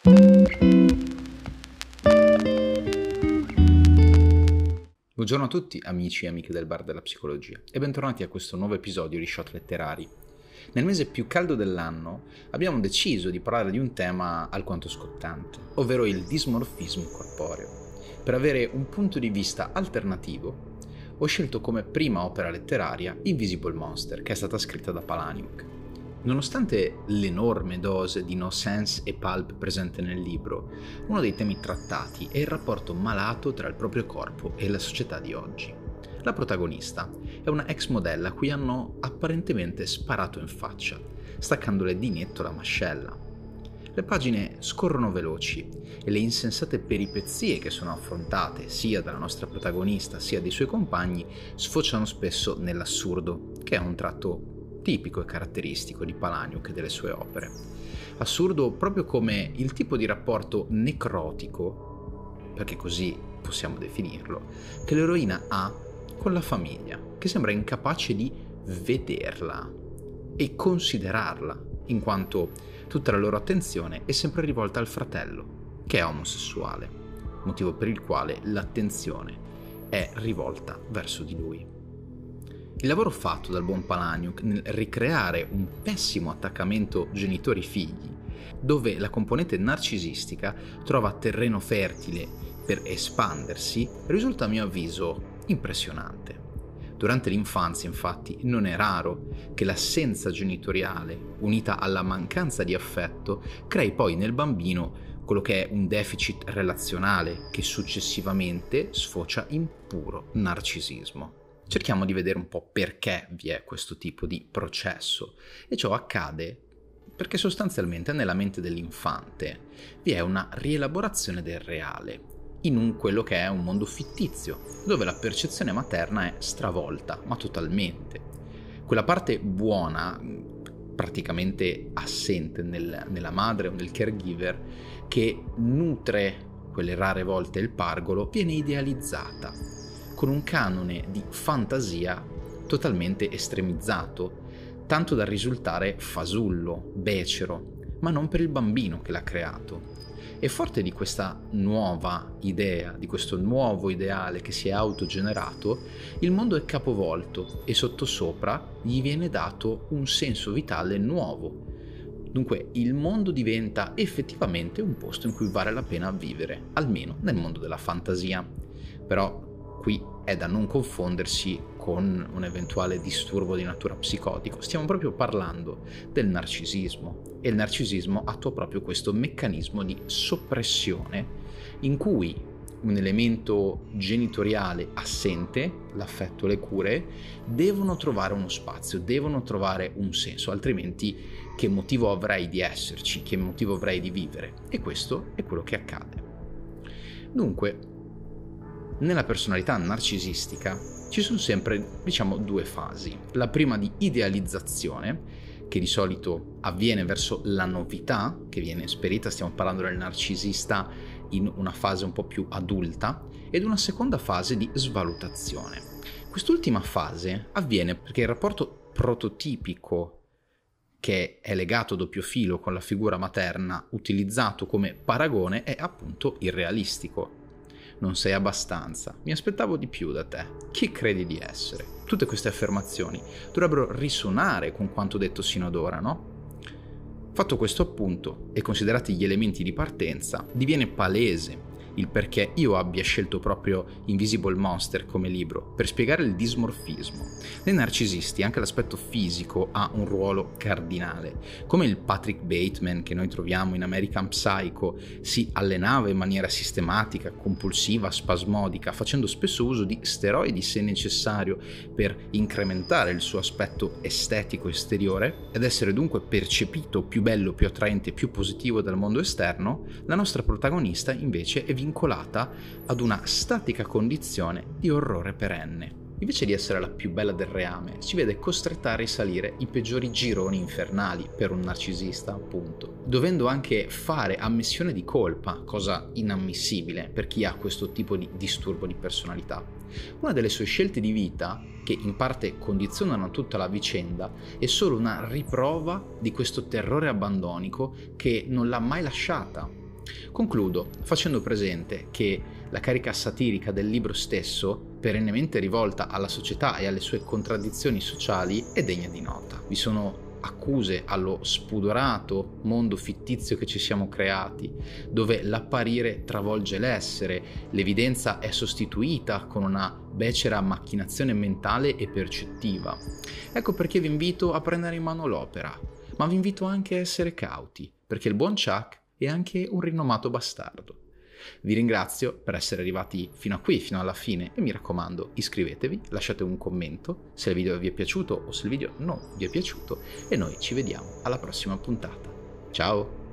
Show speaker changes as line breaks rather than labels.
Buongiorno a tutti amici e amiche del Bar della Psicologia e bentornati a questo nuovo episodio di Shot Letterari. Nel mese più caldo dell'anno abbiamo deciso di parlare di un tema alquanto scottante, ovvero il dismorfismo corporeo. Per avere un punto di vista alternativo ho scelto come prima opera letteraria Invisible Monster, che è stata scritta da Palahniuk. Nonostante l'enorme dose di no sense e pulp presente nel libro, uno dei temi trattati è il rapporto malato tra il proprio corpo e la società di oggi. La protagonista è una ex modella a cui hanno apparentemente sparato in faccia, staccandole di netto la mascella. Le pagine scorrono veloci e le insensate peripezie che sono affrontate sia dalla nostra protagonista sia dei suoi compagni sfociano spesso nell'assurdo, che è un tratto tipico e caratteristico di Palahniuk e delle sue opere. Assurdo proprio come il tipo di rapporto necrotico, perché così possiamo definirlo, che l'eroina ha con la famiglia, che sembra incapace di vederla e considerarla, in quanto tutta la loro attenzione è sempre rivolta al fratello, che è omosessuale, motivo per il quale l'attenzione è rivolta verso di lui. Il lavoro fatto dal buon Palahniuk nel ricreare un pessimo attaccamento genitori-figli, dove la componente narcisistica trova terreno fertile per espandersi, risulta a mio avviso impressionante. Durante l'infanzia, infatti, non è raro che l'assenza genitoriale, unita alla mancanza di affetto, crei poi nel bambino quello che è un deficit relazionale che successivamente sfocia in puro narcisismo. Cerchiamo di vedere un po' perché vi è questo tipo di processo, e ciò accade perché sostanzialmente nella mente dell'infante vi è una rielaborazione del reale in quello che è un mondo fittizio, dove la percezione materna è stravolta, ma totalmente. Quella parte buona, praticamente assente nella madre o nel caregiver, che nutre quelle rare volte il pargolo, viene idealizzata, con un canone di fantasia totalmente estremizzato, tanto da risultare fasullo, becero, ma non per il bambino che l'ha creato. E forte di questa nuova idea, di questo nuovo ideale che si è autogenerato, il mondo è capovolto e sottosopra gli viene dato un senso vitale nuovo. Dunque il mondo diventa effettivamente un posto in cui vale la pena vivere, almeno nel mondo della fantasia. Però qui è da non confondersi con un eventuale disturbo di natura psicotico. Stiamo proprio parlando del narcisismo, e il narcisismo attua proprio questo meccanismo di soppressione in cui un elemento genitoriale assente, l'affetto e le cure, devono trovare uno spazio, devono trovare un senso, altrimenti che motivo avrei di esserci, che motivo avrei di vivere? E questo è quello che accade. Dunque, nella personalità narcisistica ci sono sempre, due fasi. La prima di idealizzazione, che di solito avviene verso la novità che viene esperita, stiamo parlando del narcisista in una fase un po' più adulta, ed una seconda fase di svalutazione. Quest'ultima fase avviene perché il rapporto prototipico, che è legato a doppio filo con la figura materna, utilizzato come paragone, è appunto irrealistico. Non sei abbastanza, mi aspettavo di più da te, chi credi di essere? Tutte queste affermazioni dovrebbero risuonare con quanto detto sino ad ora, no? Fatto questo appunto e considerati gli elementi di partenza, diviene palese il perché io abbia scelto proprio Invisible Monster come libro, per spiegare il dismorfismo. Nei narcisisti anche l'aspetto fisico ha un ruolo cardinale. Come il Patrick Bateman che noi troviamo in American Psycho si allenava in maniera sistematica, compulsiva, spasmodica, facendo spesso uso di steroidi se necessario per incrementare il suo aspetto estetico esteriore ed essere dunque percepito più bello, più attraente, più positivo dal mondo esterno, la nostra protagonista invece è vincolata ad una statica condizione di orrore perenne. Invece di essere la più bella del reame, si vede costretta a risalire i peggiori gironi infernali per un narcisista, appunto, dovendo anche fare ammissione di colpa, cosa inammissibile per chi ha questo tipo di disturbo di personalità. Una delle sue scelte di vita, che in parte condizionano tutta la vicenda, è solo una riprova di questo terrore abbandonico che non l'ha mai lasciata. Concludo facendo presente che la carica satirica del libro stesso, perennemente rivolta alla società e alle sue contraddizioni sociali, è degna di nota. Vi sono accuse allo spudorato mondo fittizio che ci siamo creati, dove l'apparire travolge l'essere, l'evidenza è sostituita con una becera macchinazione mentale e percettiva. Ecco perché vi invito a prendere in mano l'opera, ma vi invito anche a essere cauti, perché il buon Chuck è anche un rinomato bastardo. Vi ringrazio per essere arrivati fino a qui, fino alla fine, e mi raccomando, iscrivetevi, lasciate un commento se il video vi è piaciuto o se il video non vi è piaciuto, e noi ci vediamo alla prossima puntata. Ciao!